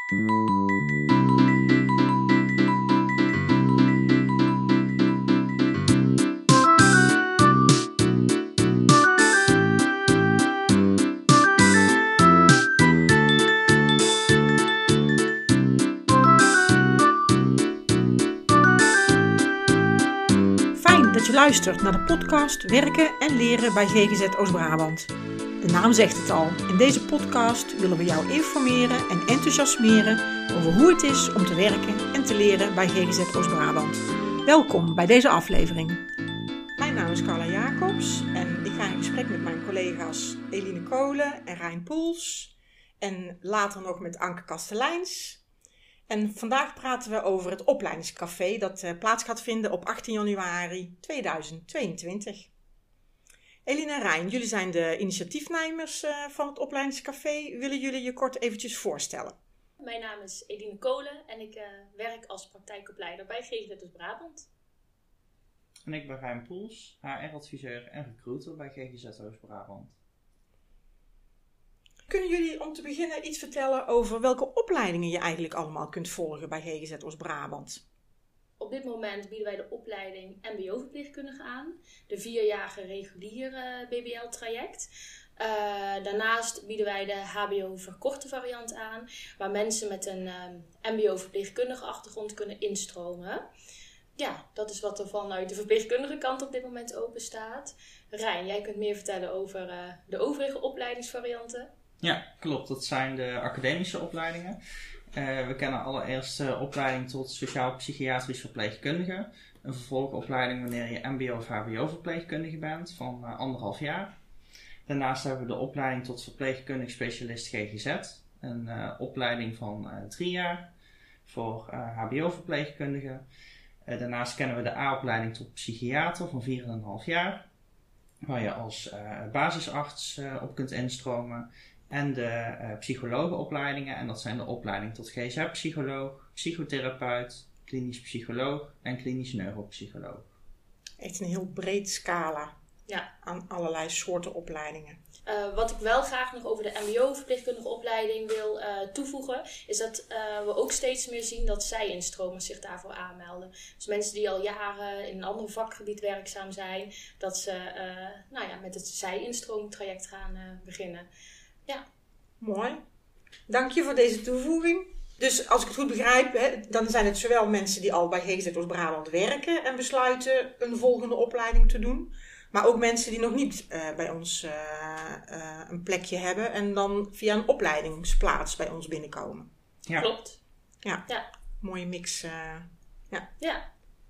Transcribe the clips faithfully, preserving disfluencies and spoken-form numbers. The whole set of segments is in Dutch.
Dat je luistert naar de podcast Werken en Leren bij G G Z Oost-Brabant. De naam zegt het al. In deze podcast willen we jou informeren en enthousiasmeren over hoe het is om te werken en te leren bij G G Z Oost-Brabant. Welkom bij deze aflevering. Mijn naam is Carla Jacobs en ik ga in gesprek met mijn collega's Eline Kolen en Rijn Poels. En later nog met Anke Kasteleins. En vandaag praten we over het opleidingscafé dat uh, plaats gaat vinden op achttien januari tweeduizend tweeëntwintig. Eline en Rijn, jullie zijn de initiatiefnemers uh, van het opleidingscafé. Willen jullie je kort eventjes voorstellen? Mijn naam is Eline Kolen en ik uh, werk als praktijkopleider bij G G Z Oost-Brabant. En ik ben Rijn Poels, H R-adviseur en recruiter bij G G Z Oost-Brabant. Kunnen jullie om te beginnen iets vertellen over welke opleidingen je eigenlijk allemaal kunt volgen bij G G Z Oost-Brabant? Op dit moment bieden wij de opleiding M B O-verpleegkundige aan, de vierjarige reguliere B B L-traject. Uh, daarnaast bieden wij de H B O-verkorte variant aan, waar mensen met een um, M B O-verpleegkundige achtergrond kunnen instromen. Ja, dat is wat er vanuit de verpleegkundige kant op dit moment open staat. Rijn, jij kunt meer vertellen over uh, de overige opleidingsvarianten. Ja, klopt. Dat zijn de academische opleidingen. Uh, we kennen allereerst de uh, opleiding tot sociaal-psychiatrisch verpleegkundige. Een vervolgopleiding wanneer je M B O of H B O verpleegkundige bent van uh, anderhalf jaar. Daarnaast hebben we de opleiding tot verpleegkundig specialist G G Z. Een uh, opleiding van uh, drie jaar voor uh, H B O verpleegkundigen. Uh, daarnaast kennen we de A-opleiding tot psychiater van vier komma vijf jaar. Waar je als uh, basisarts uh, op kunt instromen. En de uh, psychologenopleidingen. En dat zijn de opleiding tot G S R-psycholoog, psychotherapeut, klinisch psycholoog en klinisch neuropsycholoog. Echt een heel breed scala ja. aan allerlei soorten opleidingen. Uh, wat ik wel graag nog over de M B O-verpleegkundige opleiding wil uh, toevoegen, is dat uh, we ook steeds meer zien dat zij-instromers zich daarvoor aanmelden. Dus mensen die al jaren in een ander vakgebied werkzaam zijn, dat ze uh, nou ja, met het zij-instroomtraject gaan uh, beginnen. Ja. Mooi. Dank je voor deze toevoeging. Dus als ik het goed begrijp, hè, dan zijn het zowel mensen die al bij G G Z Oost-Brabant werken en besluiten een volgende opleiding te doen. Maar ook mensen die nog niet uh, bij ons uh, uh, een plekje hebben en dan via een opleidingsplaats bij ons binnenkomen. Ja. Klopt. Ja, ja. Mooie mix. Uh, ja. ja.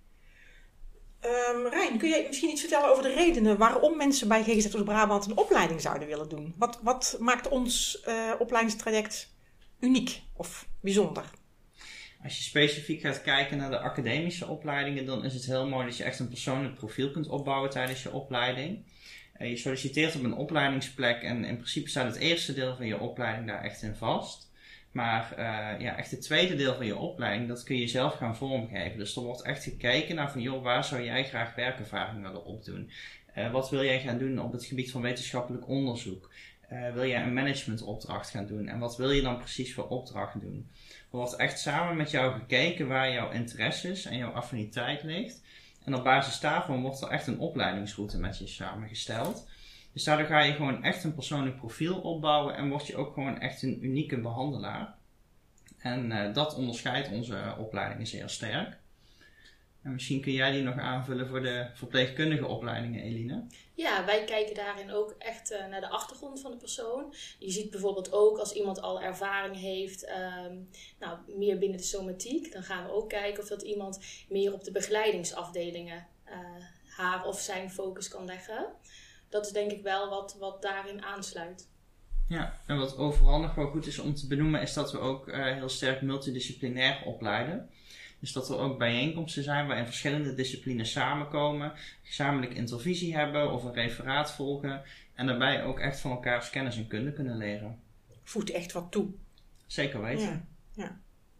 Um, Rijn, kun je misschien iets vertellen over de redenen waarom mensen bij G G Z Oost-Brabant een opleiding zouden willen doen? Wat, wat maakt ons uh, opleidingstraject uniek of bijzonder? Als je specifiek gaat kijken naar de academische opleidingen, dan is het heel mooi dat je echt een persoonlijk profiel kunt opbouwen tijdens je opleiding. Uh, je solliciteert op een opleidingsplek en in principe staat het eerste deel van je opleiding daar echt in vast. Maar uh, ja, echt het tweede deel van je opleiding, dat kun je zelf gaan vormgeven. Dus er wordt echt gekeken naar van, joh, waar zou jij graag werkervaring willen opdoen? Uh, wat wil jij gaan doen op het gebied van wetenschappelijk onderzoek? Uh, wil jij een managementopdracht gaan doen? En wat wil je dan precies voor opdracht doen? Er wordt echt samen met jou gekeken waar jouw interesses en jouw affiniteit ligt. En op basis daarvan wordt er echt een opleidingsroute met je samengesteld. Dus daardoor ga je gewoon echt een persoonlijk profiel opbouwen en word je ook gewoon echt een unieke behandelaar. En uh, dat onderscheidt onze uh, opleidingen zeer sterk. En misschien kun jij die nog aanvullen voor de verpleegkundige opleidingen, Eline? Ja, wij kijken daarin ook echt uh, naar de achtergrond van de persoon. Je ziet bijvoorbeeld ook als iemand al ervaring heeft, um, nou, meer binnen de somatiek. Dan gaan we ook kijken of dat iemand meer op de begeleidingsafdelingen uh, haar of zijn focus kan leggen. Dat is denk ik wel wat, wat daarin aansluit. Ja, en wat overal nog wel goed is om te benoemen is dat we ook uh, heel sterk multidisciplinair opleiden. Dus dat er ook bijeenkomsten zijn waarin verschillende disciplines samenkomen, gezamenlijk intervisie hebben of een referaat volgen en daarbij ook echt van elkaars kennis en kunde kunnen leren. Voegt echt wat toe. Zeker weten. Ja,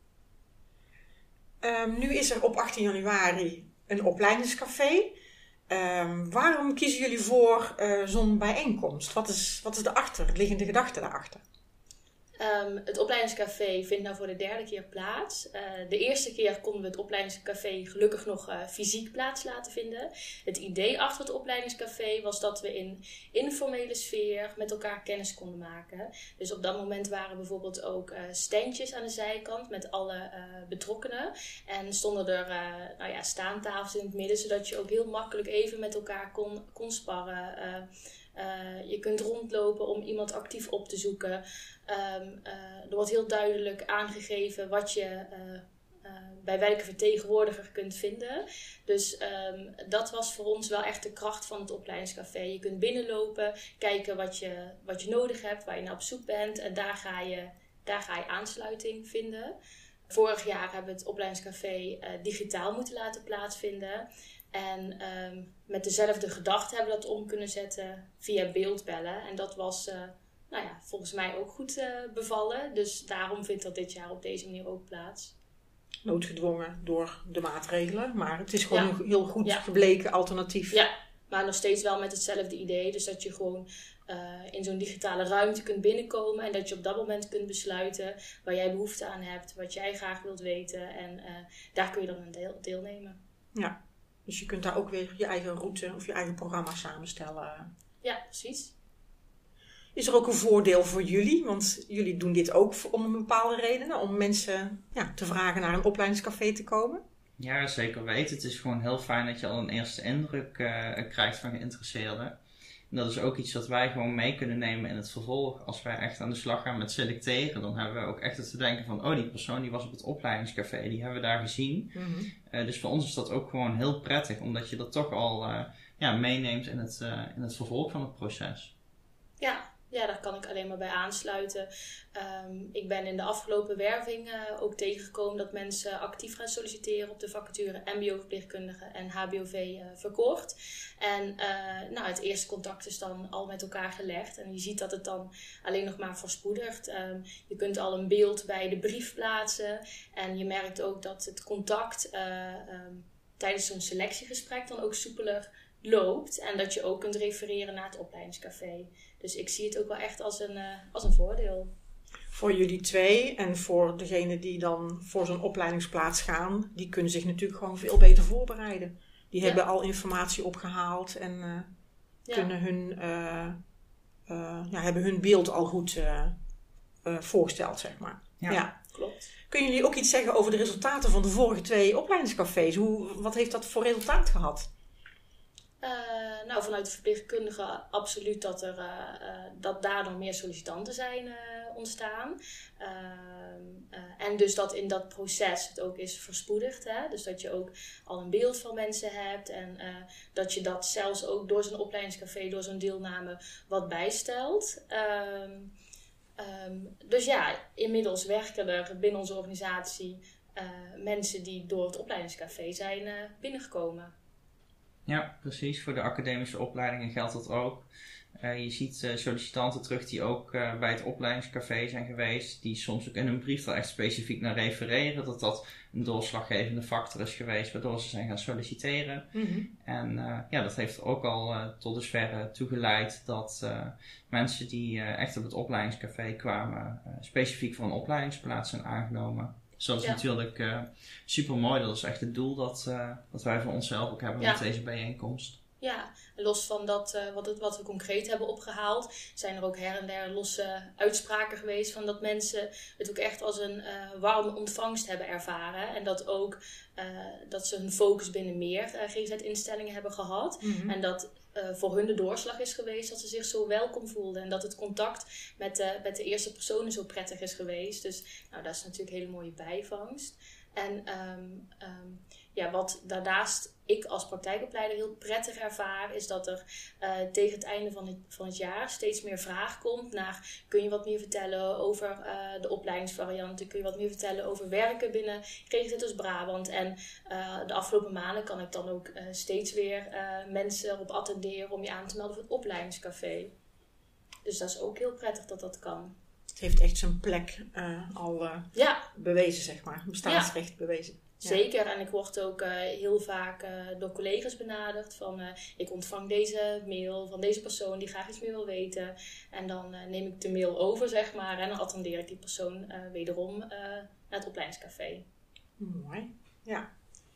ja. Um, nu is er op achttien januari een opleidingscafé. Um, waarom kiezen jullie voor uh, zo'n bijeenkomst? Wat is, wat is de achterliggende gedachte daarachter? Um, het opleidingscafé vindt nou voor de derde keer plaats. Uh, de eerste keer konden we het opleidingscafé gelukkig nog uh, fysiek plaats laten vinden. Het idee achter het opleidingscafé was dat we in informele sfeer met elkaar kennis konden maken. Dus op dat moment waren bijvoorbeeld ook uh, standjes aan de zijkant met alle uh, betrokkenen. En stonden er uh, nou ja, staantafels in het midden, zodat je ook heel makkelijk even met elkaar kon, kon sparren. Uh, Uh, je kunt rondlopen om iemand actief op te zoeken. Um, uh, er wordt heel duidelijk aangegeven wat je uh, uh, bij welke vertegenwoordiger kunt vinden. Dus um, dat was voor ons wel echt de kracht van het opleidingscafé. Je kunt binnenlopen, kijken wat je, wat je nodig hebt, waar je naar op zoek bent. En daar ga je, daar ga je aansluiting vinden. Vorig jaar hebben we het opleidingscafé uh, digitaal moeten laten plaatsvinden. En um, met dezelfde gedachte hebben we dat om kunnen zetten via beeldbellen. En dat was uh, nou ja, volgens mij ook goed uh, bevallen. Dus daarom vindt dat dit jaar op deze manier ook plaats. Noodgedwongen door de maatregelen. Maar het is gewoon ja. een heel goed ja. gebleken alternatief. Ja, maar nog steeds wel met hetzelfde idee. Dus dat je gewoon uh, in zo'n digitale ruimte kunt binnenkomen. En dat je op dat moment kunt besluiten waar jij behoefte aan hebt. Wat jij graag wilt weten. En uh, daar kun je dan aan deel- deelnemen. Ja. Dus je kunt daar ook weer je eigen route of je eigen programma samenstellen. Ja, precies. Is er ook een voordeel voor jullie? Want jullie doen dit ook om een bepaalde redenen. Om mensen ja, te vragen naar een opleidingscafé te komen. Ja, zeker weten. Het is gewoon heel fijn dat je al een eerste indruk uh, krijgt van geïnteresseerden. En dat is ook iets wat wij gewoon mee kunnen nemen in het vervolg. Als wij echt aan de slag gaan met selecteren, dan hebben we ook echt het te denken van, oh, die persoon die was op het opleidingscafé, die hebben we daar gezien. Mm-hmm. Uh, dus voor ons is dat ook gewoon heel prettig, omdat je dat toch al uh, ja, meeneemt in het, uh, in het vervolg van het proces. Ja. Ja, daar kan ik alleen maar bij aansluiten. Um, ik ben in de afgelopen werving uh, ook tegengekomen dat mensen actief gaan solliciteren op de vacature M B O-verpleegkundige en H B O V uh, verkort. En uh, nou, het eerste contact is dan al met elkaar gelegd. En je ziet dat het dan alleen nog maar verspoedigt. Um, je kunt al een beeld bij de brief plaatsen. En je merkt ook dat het contact uh, um, tijdens zo'n selectiegesprek dan ook soepeler loopt. En dat je ook kunt refereren naar het opleidingscafé. Dus ik zie het ook wel echt als een, uh, als een voordeel. Voor jullie twee en voor degenen die dan voor zo'n opleidingsplaats gaan, die kunnen zich natuurlijk gewoon veel beter voorbereiden. Die ja. hebben al informatie opgehaald en uh, ja. kunnen hun, uh, uh, ja, hebben hun beeld al goed uh, uh, voorgesteld, zeg maar. Ja, ja, klopt. Kunnen jullie ook iets zeggen over de resultaten van de vorige twee opleidingscafés? Hoe, wat heeft dat voor resultaat gehad? Uh, nou, vanuit de verpleegkundige absoluut dat, er, uh, uh, dat daardoor meer sollicitanten zijn uh, ontstaan. Uh, uh, en dus dat in dat proces het ook is verspoedigd. Hè? Dus dat je ook al een beeld van mensen hebt. En uh, dat je dat zelfs ook door zo'n opleidingscafé, door zo'n deelname wat bijstelt. Um, um, dus ja, inmiddels werken er binnen onze organisatie uh, mensen die door het opleidingscafé zijn uh, binnengekomen. Ja, precies. Voor de academische opleidingen geldt dat ook. Uh, je ziet uh, sollicitanten terug die ook uh, bij het opleidingscafé zijn geweest. Die soms ook in hun brief er echt specifiek naar refereren. Dat dat een doorslaggevende factor is geweest waardoor ze zijn gaan solliciteren. Mm-hmm. En uh, ja, dat heeft er ook al uh, tot dusver toe geleid dat uh, mensen die uh, echt op het opleidingscafé kwamen uh, specifiek voor een opleidingsplaats zijn aangenomen. Dus dat is ja. natuurlijk uh, super mooi. Dat is echt het doel dat, uh, dat wij voor onszelf ook hebben ja. met deze bijeenkomst. Ja, los van dat, uh, wat, het, wat we concreet hebben opgehaald, zijn er ook her en der losse uitspraken geweest van dat mensen het ook echt als een uh, warme ontvangst hebben ervaren. En dat ook uh, dat ze hun focus binnen meer uh, G Z-instellingen hebben gehad. Mm-hmm. En dat uh, voor hun de doorslag is geweest dat ze zich zo welkom voelden. En dat het contact met de, met de eerste personen zo prettig is geweest. Dus nou, dat is natuurlijk een hele mooie bijvangst. En um, um, ja, wat daarnaast ik als praktijkopleider heel prettig ervaar, is dat er uh, tegen het einde van het, van het jaar steeds meer vraag komt naar: kun je wat meer vertellen over uh, de opleidingsvarianten? Kun je wat meer vertellen over werken binnen G Z Oost-Brabant? En uh, de afgelopen maanden kan ik dan ook uh, steeds weer uh, mensen op attenderen om je aan te melden voor het opleidingscafé. Dus dat is ook heel prettig dat dat kan. Het heeft echt zijn plek uh, al uh, ja. bewezen, zeg maar. Bestaansrecht ja. bewezen. Zeker, en ik word ook uh, heel vaak uh, door collega's benaderd van uh, ik ontvang deze mail van deze persoon die graag iets meer wil weten. En dan uh, neem ik de mail over, zeg maar, en dan attendeer ik die persoon uh, wederom uh, naar het opleidingscafé. Mooi, ja.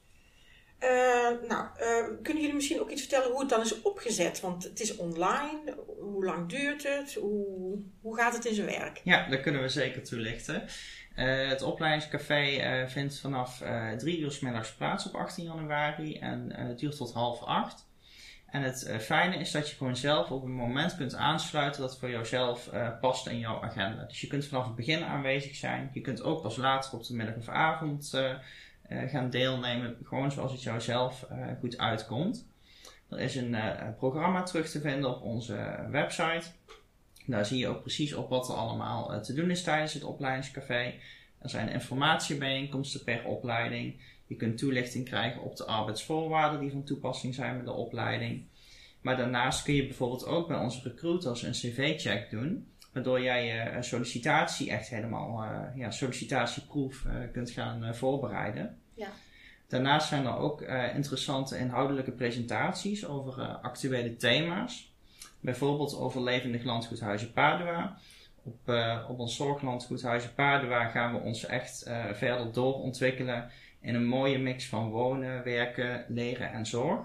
Uh, nou, uh, kunnen jullie misschien ook iets vertellen hoe het dan is opgezet? Want het is online. Hoe lang duurt het? Hoe, hoe gaat het in zijn werk? Ja, dat kunnen we zeker toelichten. Uh, het opleidingscafé uh, vindt vanaf uh, drie uur 's middags plaats op achttien januari en uh, duurt tot half acht. En het uh, fijne is dat je gewoon zelf op een moment kunt aansluiten dat voor jouzelf uh, past in jouw agenda. Dus je kunt vanaf het begin aanwezig zijn. Je kunt ook pas later op de middag of avond uh, uh, gaan deelnemen. Gewoon zoals het jouzelf uh, goed uitkomt. Er is een uh, programma terug te vinden op onze website. Daar zie je ook precies op wat er allemaal uh, te doen is tijdens het opleidingscafé. Er zijn informatiebijeenkomsten per opleiding. Je kunt toelichting krijgen op de arbeidsvoorwaarden die van toepassing zijn bij de opleiding. Maar daarnaast kun je bijvoorbeeld ook bij onze recruiters een cv-check doen. Waardoor jij je sollicitatie echt helemaal, uh, ja, sollicitatieproef uh, kunt gaan uh, voorbereiden. Ja. Daarnaast zijn er ook uh, interessante inhoudelijke presentaties over uh, actuele thema's. Bijvoorbeeld over levendig landgoed Huize Padua. Op, uh, op ons zorglandgoed Huize Padua gaan we ons echt uh, verder doorontwikkelen in een mooie mix van wonen, werken, leren en zorg.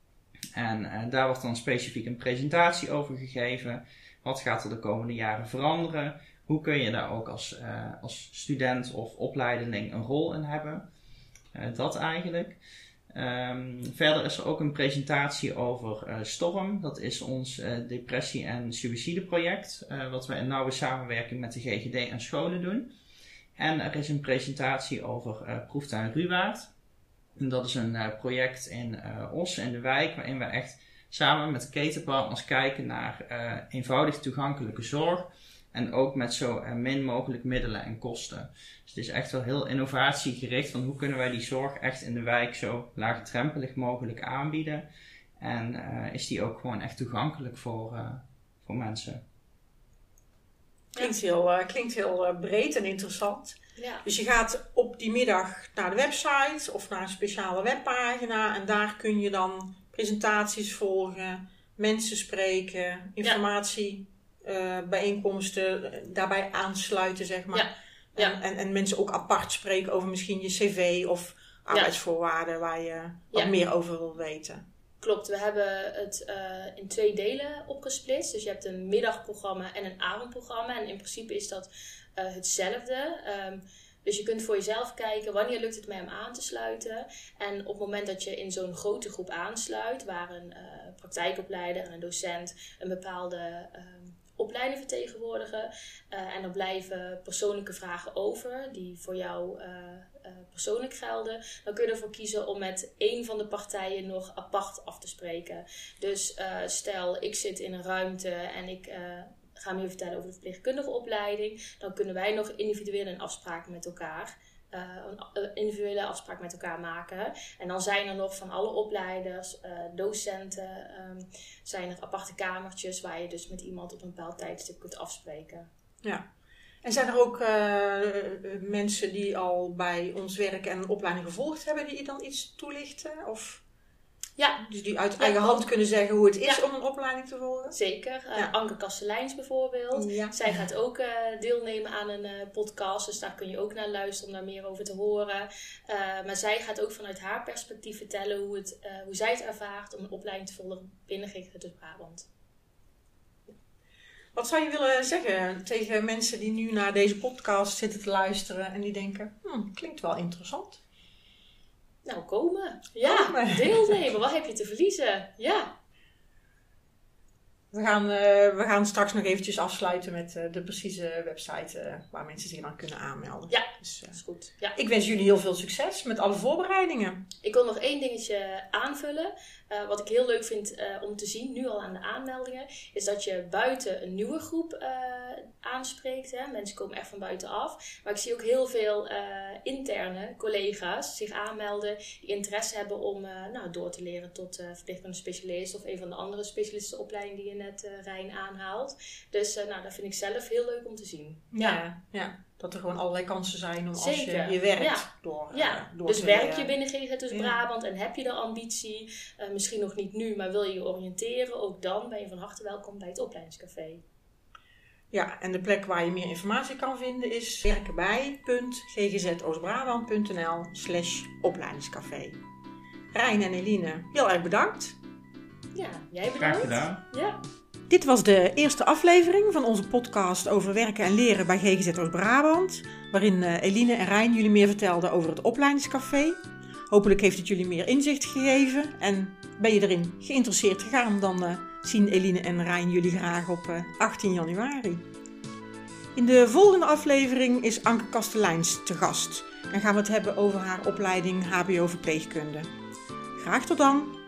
En uh, daar wordt dan specifiek een presentatie over gegeven. Wat gaat er de komende jaren veranderen? Hoe kun je daar ook als, uh, als student of opleideling een rol in hebben? Uh, dat eigenlijk. Um, verder is er ook een presentatie over uh, STORM. Dat is ons uh, depressie- en suïcideproject. Uh, wat we in nauwe samenwerking met de G G D en scholen doen. En er is een presentatie over uh, Proeftuin Ruwaard. En dat is een uh, project in uh, Os in de wijk. Waarin we echt samen met ketenpartners kijken naar uh, eenvoudig toegankelijke zorg. En ook met zo uh, min mogelijk middelen en kosten. Dus het is echt wel heel innovatiegericht van hoe kunnen wij die zorg echt in de wijk zo laagdrempelig mogelijk aanbieden. En uh, is die ook gewoon echt toegankelijk voor, uh, voor mensen. Klinkt heel, uh, klinkt heel uh, breed en interessant. Ja. Dus je gaat op die middag naar de website of naar een speciale webpagina. En daar kun je dan presentaties volgen, mensen spreken, informatie... Uh, bijeenkomsten daarbij aansluiten, zeg maar. Ja. Ja. En, en, en mensen ook apart spreken over misschien je cv of arbeidsvoorwaarden, ja, waar je wat, ja, meer over wil weten. Klopt, we hebben het uh, in twee delen opgesplitst. Dus je hebt een middagprogramma en een avondprogramma. En in principe is dat uh, hetzelfde. Um, Dus je kunt voor jezelf kijken wanneer lukt het mij om aan te sluiten. En op het moment dat je in zo'n grote groep aansluit, waar een uh, praktijkopleider en een docent een bepaalde uh, opleiding vertegenwoordigen. Uh, en er blijven persoonlijke vragen over die voor jou uh, uh, persoonlijk gelden. Dan kun je ervoor kiezen om met één van de partijen nog apart af te spreken. Dus uh, stel ik zit in een ruimte en ik... Uh, gaan we je vertellen over de verpleegkundige opleiding. Dan kunnen wij nog individueel een afspraak met elkaar, uh, een individuele afspraak met elkaar maken. En dan zijn er nog van alle opleiders, uh, docenten, um, zijn er aparte kamertjes waar je dus met iemand op een bepaald tijdstip kunt afspreken. Ja. En zijn er ook uh, mensen die al bij ons werken en een opleiding gevolgd hebben die je dan iets toelichten? Of... Ja. Dus die uit ja, eigen hand kunnen zeggen hoe het is, ja, om een opleiding te volgen? Zeker. Uh, ja. Anke Kasteleins bijvoorbeeld. Ja. Zij gaat ook uh, deelnemen aan een uh, podcast. Dus daar kun je ook naar luisteren om daar meer over te horen. Uh, maar zij gaat ook vanuit haar perspectief vertellen hoe, het, uh, hoe zij het ervaart om een opleiding te volgen binnen G G D Brabant. Wat zou je willen zeggen tegen mensen die nu naar deze podcast zitten te luisteren en die denken, hm, klinkt wel interessant. Nou, komen. Ja, komen. Deelnemen. Wat heb je te verliezen? Ja. We gaan, uh, we gaan straks nog eventjes afsluiten met uh, de precieze website uh, waar mensen zich dan kunnen aanmelden. Ja, dus, uh, dat is goed. Ja. Ik wens jullie heel veel succes met alle voorbereidingen. Ik wil nog één dingetje aanvullen. Uh, wat ik heel leuk vind uh, om te zien, nu al aan de aanmeldingen, is dat je buiten een nieuwe groep uh, aanspreekt. Hè? Mensen komen echt van buitenaf. Maar ik zie ook heel veel uh, interne collega's zich aanmelden die interesse hebben om uh, nou, door te leren tot uh, verpleegkundige specialist of een van de andere specialistenopleidingen die in net uh, Rijn aanhaalt. Dus uh, nou, dat vind ik zelf heel leuk om te zien. Ja, ja. ja. Dat er gewoon allerlei kansen zijn om Zeker. als je je werkt ja. door, ja. uh, door dus te werk leren. je binnen G Z O Brabant ja. en heb je de ambitie, uh, misschien nog niet nu, maar wil je je oriënteren, ook dan ben je van harte welkom bij het opleidingscafé. Ja, en de plek waar je meer informatie kan vinden is werkenbij punt g g z oostbrabant punt n l slash opleidingscafé. Rijn en Eline, heel erg bedankt. Ja, jij bedankt. Graag gedaan. Ja. Dit was de eerste aflevering van onze podcast over werken en leren bij G G Z Oost-Brabant, waarin uh, Eline en Rijn jullie meer vertelden over het opleidingscafé. Hopelijk heeft het jullie meer inzicht gegeven en ben je erin geïnteresseerd gegaan, dan uh, zien Eline en Rijn jullie graag op uh, achttien januari. In de volgende aflevering is Anke Kasteleins te gast en gaan we het hebben over haar opleiding H B O verpleegkunde. Graag tot dan!